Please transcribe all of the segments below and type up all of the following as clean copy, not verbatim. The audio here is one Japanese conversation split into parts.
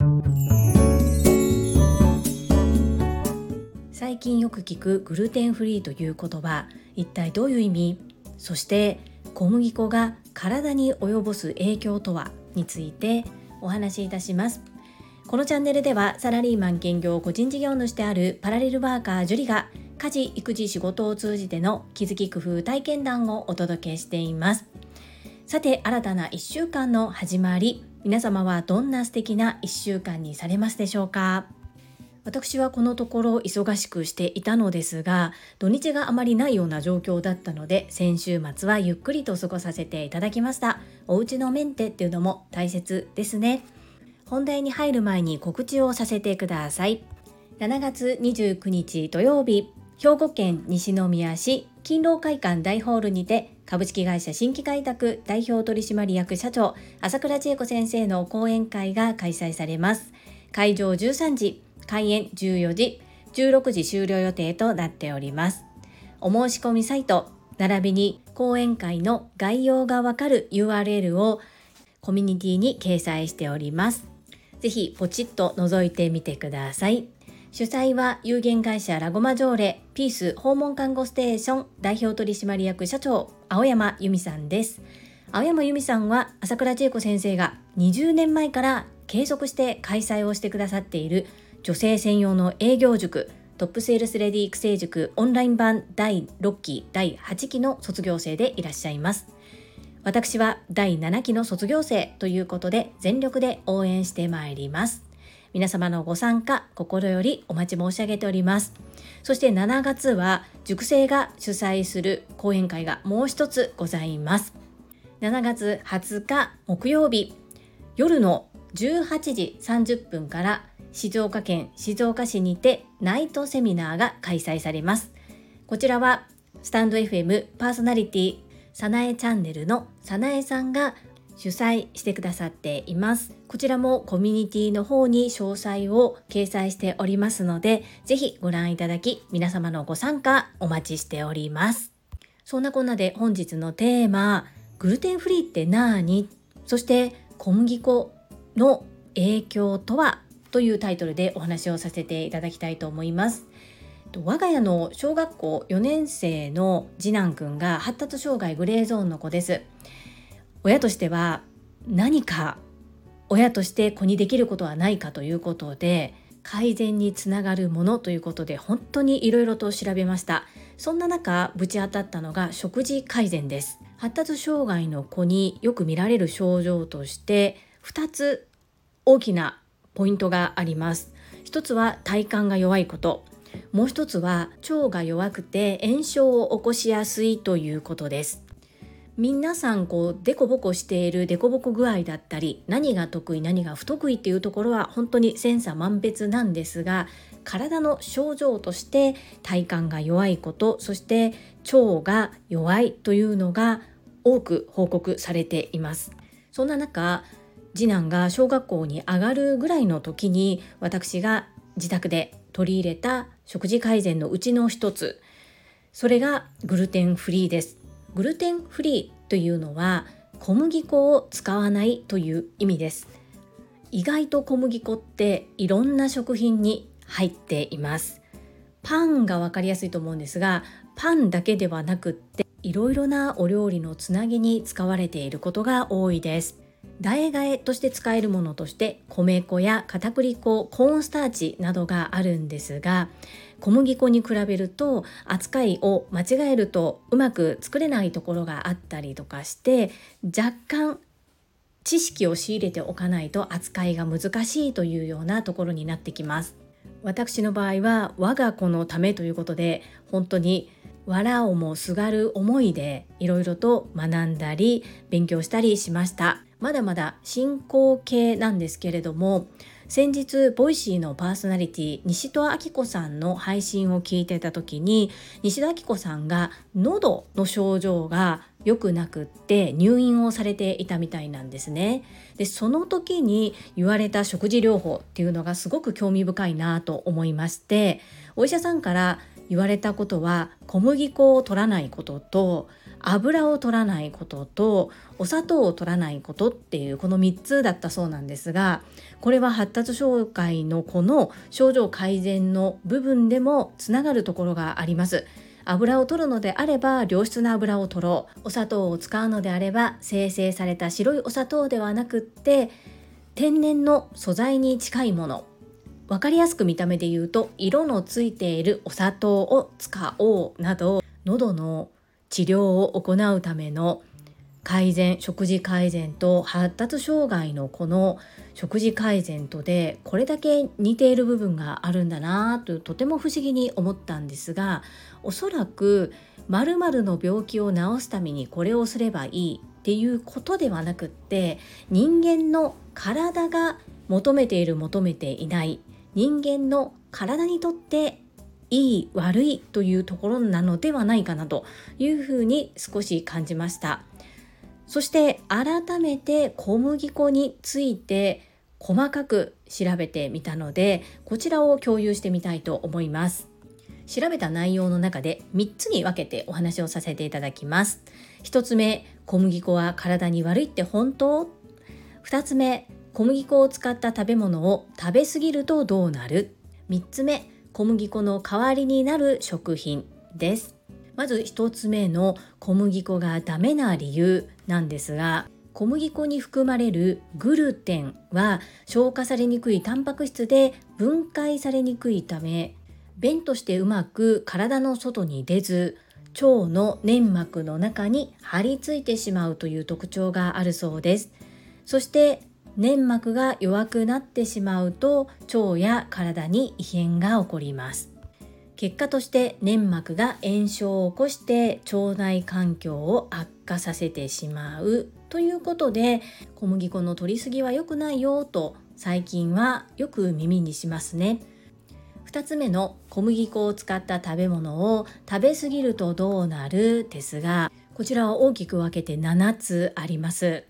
最近よく聞くグルテンフリーという言葉、一体どういう意味？そして小麦粉が体に及ぼす影響とはについてお話しいたします。このチャンネルではサラリーマン兼業個人事業主であるパラレルワーカージュリが家事・育児・仕事を通じての気づき工夫体験談をお届けしています。さて、新たな1週間の始まり、皆様はどんな素敵な1週間にされますでしょうか？私はこのところ忙しくしていたのですが、土日があまりないような状況だったので、先週末はゆっくりと過ごさせていただきました。お家のメンテっていうのも大切ですね。本題に入る前に告知をさせてください。7月29日土曜日、兵庫県西宮市勤労会館大ホールにて、株式会社新規開拓代表取締役社長朝倉千恵子先生の講演会が開催されます。会場13時、開演14時、16時終了予定となっております。お申し込みサイト並びに講演会の概要がわかる URL をコミュニティに掲載しております。ぜひポチッと覗いてみてください。主催は有限会社ラゴマジョーレピース訪問看護ステーション代表取締役社長青山由美さんです。青山由美さんは朝倉千恵子先生が20年前から継続して開催をしてくださっている女性専用の営業塾トップセールスレディ育成塾オンライン版第6期第8期の卒業生でいらっしゃいます。私は第7期の卒業生ということで全力で応援してまいります。皆様のご参加心よりお待ち申し上げております。そして7月は塾生が主催する講演会がもう一つございます。7月20日木曜日夜の18時30分から静岡県静岡市にてナイトセミナーが開催されます。こちらはスタンド FM パーソナリティさなえチャンネルのさなえさんが主催してくださっています。こちらもコミュニティの方に詳細を掲載しておりますので、ぜひご覧いただき皆様のご参加お待ちしております。そんなこんなで本日のテーマ、グルテンフリーって何？そして小麦粉の影響とは？というタイトルでお話をさせていただきたいと思います。我が家の小学校4年生の次男くんが発達障害グレーゾーンの子です。親としては何か親として子にできることはないかということで、改善につながるものということで本当にいろいろと調べました。そんな中ぶち当たったのが食事改善です。発達障害の子によく見られる症状として2つ大きなポイントがあります。一つは体幹が弱いこと、もう一つは腸が弱くて炎症を起こしやすいということです。皆さんデコボコしているデコボコ具合だったり、何が得意何が不得意っていうところは本当に千差万別なんですが、体の症状として体幹が弱いこと、そして腸が弱いというのが多く報告されています。そんな中、次男が小学校に上がるぐらいの時に私が自宅で取り入れた食事改善のうちの一つ、それがグルテンフリーです。グルテンフリーというのは小麦粉を使わないという意味です。意外と小麦粉っていろんな食品に入っています。パンが分かりやすいと思うんですが、パンだけではなくっていろいろなお料理のつなぎに使われていることが多いです。代替えとして使えるものとして米粉や片栗粉、コーンスターチなどがあるんですが、小麦粉に比べると扱いを間違えるとうまく作れないところがあったりとかして、若干知識を仕入れておかないと扱いが難しいというようなところになってきます。私の場合は我が子のためということで、本当に藁をもすがる思いでいろいろと学んだり勉強したりしました。まだまだ進行形なんですけれども、先日ボイシーのパーソナリティ西戸明子さんの配信を聞いてた時に、西戸明子さんが喉の症状が良くなくって入院をされていたみたいなんですね。で、その時に言われた食事療法っていうのがすごく興味深いなと思いまして、お医者さんから言われたことは小麦粉を取らないことと、 油を取らないこととお砂糖を取らないことっていうこの3つだったそうなんですが、これは発達障害のこの症状改善の部分でもつながるところがあります。油を取るのであれば良質な油を取ろう、お砂糖を使うのであれば精製された白いお砂糖ではなくって天然の素材に近いもの、わかりやすく見た目で言うと色のついているお砂糖を使おうなど、喉の治療を行うための改善、食事改善と発達障害のこの食事改善とでこれだけ似ている部分があるんだなととても不思議に思ったんですが、おそらく〇〇の病気を治すためにこれをすればいいっていうことではなくって、人間の体が求めている求めていない、人間の体にとっていい悪いというところなのではないかなというふうに少し感じました。そして改めて小麦粉について細かく調べてみたので、こちらを共有してみたいと思います。調べた内容の中で3つに分けてお話をさせていただきます。1つ目、小麦粉は体に悪いって本当？ 2 つ目、小麦粉を使った食べ物を食べ過ぎるとどうなる？ 3 つ目、小麦粉の代わりになる食品です。まず1つ目の小麦粉がダメな理由なんですが、小麦粉に含まれるグルテンは消化されにくいタンパク質で分解されにくいため、便としてうまく体の外に出ず、腸の粘膜の中に張り付いてしまうという特徴があるそうです。そして粘膜が弱くなってしまうと腸や体に異変が起こります。結果として粘膜が炎症を起こして腸内環境を悪化させてしまうということで、小麦粉の摂りすぎは良くないよと最近はよく耳にしますね。2つ目の小麦粉を使った食べ物を食べ過ぎるとどうなるですが、こちらは大きく分けて7つあります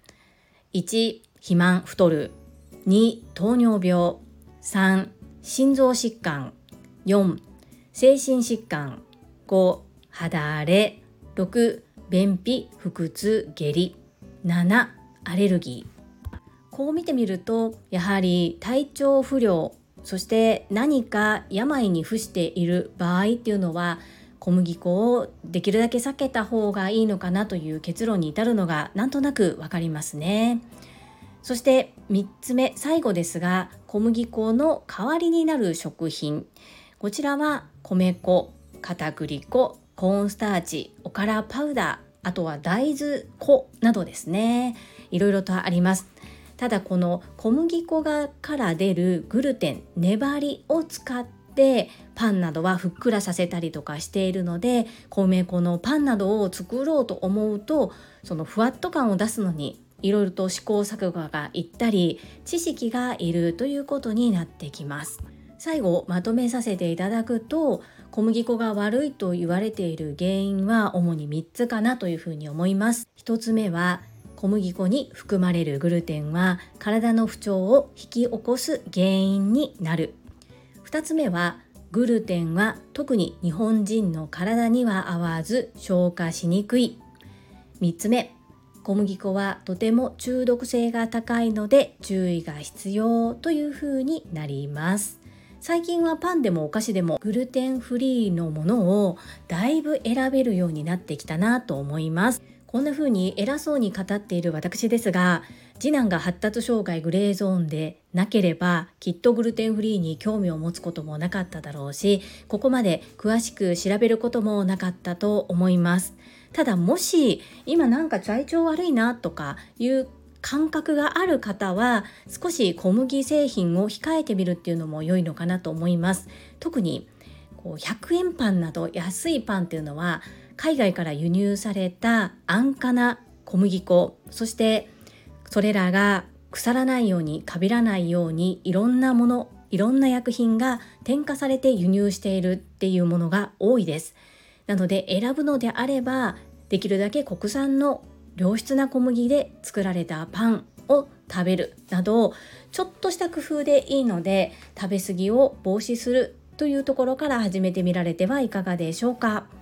。1、肥満太る。2、糖尿病。3、心臓疾患。4、精神疾患。5、肌荒れ。6、便秘、腹痛、下痢。7、アレルギー。こう見てみると、やはり体調不良、そして何か病に伏している場合っていうのは、小麦粉をできるだけ避けた方がいいのかなという結論に至るのがなんとなくわかりますね。そして3つ目、最後ですが、小麦粉の代わりになる食品。こちらは米粉、片栗粉、コーンスターチ、おからパウダー、あとは大豆粉などですね。いろいろとあります。ただこの小麦粉から出るグルテン、粘りを使ってパンなどはふっくらさせたりとかしているので、米粉のパンなどを作ろうと思うと、そのふわっと感を出すのにいろいろと試行錯誤がいったり知識がいるということになってきます。最後まとめさせていただくと、小麦粉が悪いと言われている原因は主に3つかなというふうに思います。1つ目は、小麦粉に含まれるグルテンは体の不調を引き起こす原因になる。2つ目は、グルテンは特に日本人の体には合わず消化しにくい。3つ目、小麦粉はとても中毒性が高いので注意が必要というふうになります。最近はパンでもお菓子でもグルテンフリーのものをだいぶ選べるようになってきたなと思います。こんな風に偉そうに語っている私ですが、次男が発達障害グレーゾーンでなければきっとグルテンフリーに興味を持つこともなかっただろうし、ここまで詳しく調べることもなかったと思います。ただもし今なんか体調悪いなとかいう感覚がある方は、少し小麦製品を控えてみるっていうのも良いのかなと思います。特に100円パンなど安いパンっていうのは海外から輸入された安価な小麦粉、そしてそれらが腐らないように、かびらないようにいろんなもの、いろんな薬品が添加されて輸入しているっていうものが多いです。なので選ぶのであれば、できるだけ国産の良質な小麦で作られたパンを食べるなど、ちょっとした工夫でいいので食べ過ぎを防止するというところから始めてみられてはいかがでしょうか。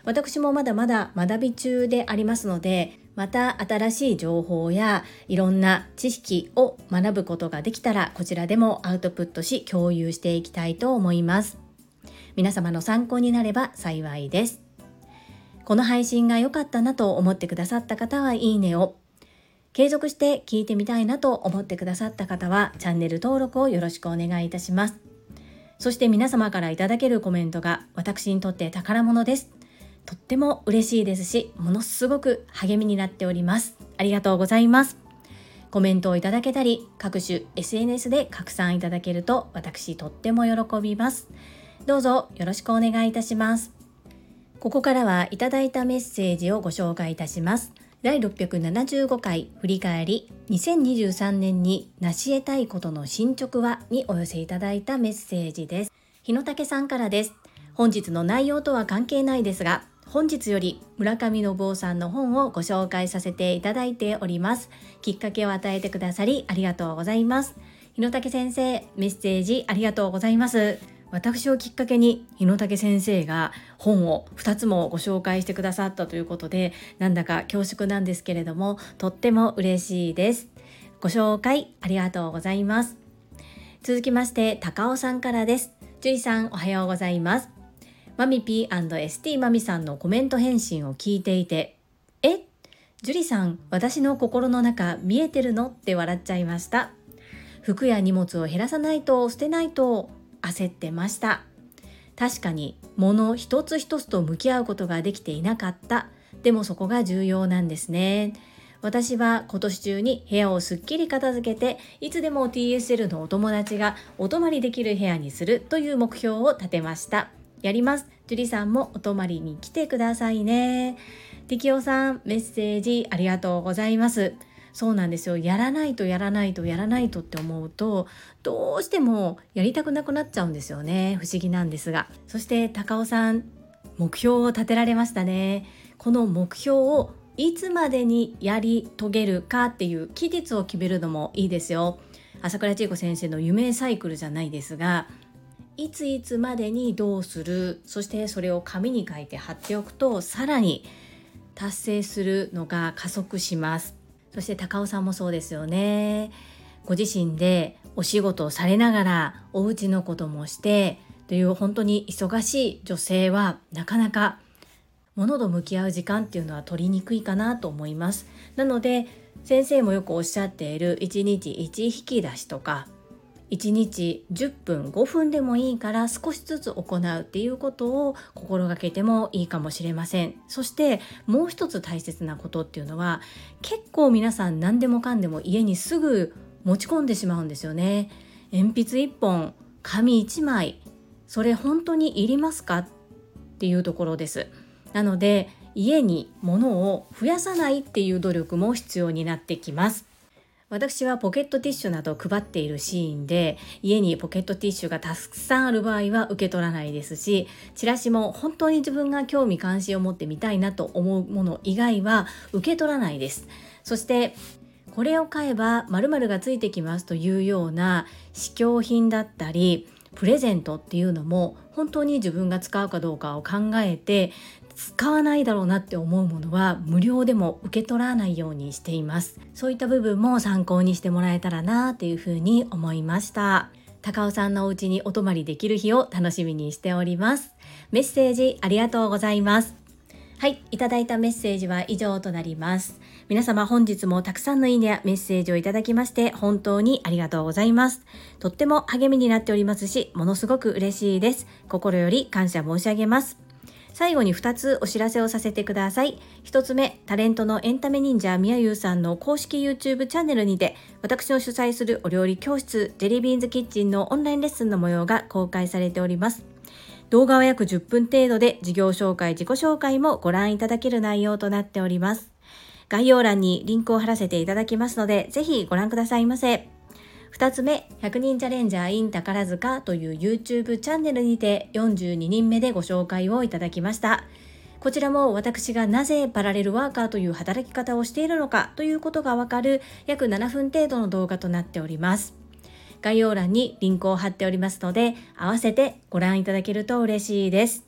私もまだまだ学び中でありますので、また新しい情報やいろんな知識を学ぶことができたら、こちらでもアウトプットし共有していきたいと思います。皆様の参考になれば幸いです。この配信が良かったなと思ってくださった方はいいねを、継続して聞いてみたいなと思ってくださった方はチャンネル登録をよろしくお願いいたします。そして皆様からいただけるコメントが私にとって宝物です。とっても嬉しいですし、ものすごく励みになっております。ありがとうございます。コメントをいただけたり、各種 SNS で拡散いただけると私とっても喜びます。どうぞよろしくお願いいたします。ここからはいただいたメッセージをご紹介いたします。第675回振り返り、2023年に成し得たいことの進捗はにお寄せいただいたメッセージです。日野武さんからです。本日の内容とは関係ないですが、本日より村上信夫さんの本をご紹介させていただいております。きっかけを与えてくださりありがとうございます。日野武先生、メッセージありがとうございます。私をきっかけに日野武先生が本を2つもご紹介してくださったということで、なんだか恐縮なんですけれども、とっても嬉しいです。ご紹介ありがとうございます。続きまして高尾さんからです。樹里さん、おはようございます。マミピー&ST マミさんのコメント返信を聞いていて、樹里さん、私の心の中見えてるのって笑っちゃいました。服や荷物を減らさないと、捨てないと焦ってました。確かに物一つ一つと向き合うことができていなかった。でもそこが重要なんですね。私は今年中に部屋をすっきり片付けて、いつでも TSL のお友達がお泊まりできる部屋にするという目標を立てました。やります。樹里さんもお泊まりに来てくださいね。テキオさん、メッセージありがとうございます。そうなんですよ。やらないとって思うと、どうしてもやりたくなくなっちゃうんですよね。不思議なんですが。そして高尾さん、目標を立てられましたね。この目標をいつまでにやり遂げるかっていう期日を決めるのもいいですよ。朝倉千恵子先生の夢サイクルじゃないですが、いついつまでにどうする、そしてそれを紙に書いて貼っておくと、さらに達成するのが加速します。そして高尾さんもそうですよね。ご自身でお仕事をされながらお家のこともしてという本当に忙しい女性は、なかなか物と向き合う時間っていうのは取りにくいかなと思います。なので先生もよくおっしゃっている1日1引き出しとか、1日10分5分でもいいから少しずつ行うっていうことを心がけてもいいかもしれません。そしてもう一つ大切なことっていうのは、結構皆さん何でもかんでも家にすぐ持ち込んでしまうんですよね。鉛筆1本、紙1枚、それ本当にいりますかっていうところです。なので家に物を増やさないっていう努力も必要になってきます。私はポケットティッシュなどを配っているシーンで、家にポケットティッシュがたくさんある場合は受け取らないですし、チラシも本当に自分が興味関心を持ってみたいなと思うもの以外は受け取らないです。そしてこれを買えば〇〇がついてきますというような試供品だったりプレゼントっていうのも、本当に自分が使うかどうかを考えて、使わないだろうなって思うものは無料でも受け取らないようにしています。そういった部分も参考にしてもらえたらなというふうに思いました。高尾さんのお家にお泊まりできる日を楽しみにしております。メッセージありがとうございます。はい、いただいたメッセージは以上となります。皆様本日もたくさんのいいねやメッセージをいただきまして本当にありがとうございます。とっても励みになっておりますし、ものすごく嬉しいです。心より感謝申し上げます。最後に2つお知らせをさせてください。1つ目、タレントのエンタメ忍者みやゆうさんの公式 YouTube チャンネルにて、私の主催するお料理教室ジェリービーンズキッチンのオンラインレッスンの模様が公開されております。動画は約10分程度で、事業紹介、自己紹介もご覧いただける内容となっております。概要欄にリンクを貼らせていただきますので、ぜひご覧くださいませ。2つ目、100人チャレンジャー in 宝塚という YouTube チャンネルにて42人目でご紹介をいただきました。こちらも私がなぜパラレルワーカーという働き方をしているのかということがわかる約7分程度の動画となっております。概要欄にリンクを貼っておりますので、合わせてご覧いただけると嬉しいです。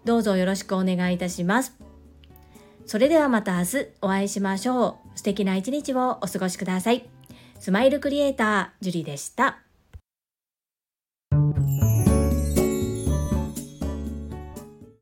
どうぞよろしくお願いいたします。それではまた明日お会いしましょう。素敵な一日をお過ごしください。スマイルクリエイタージュリでした。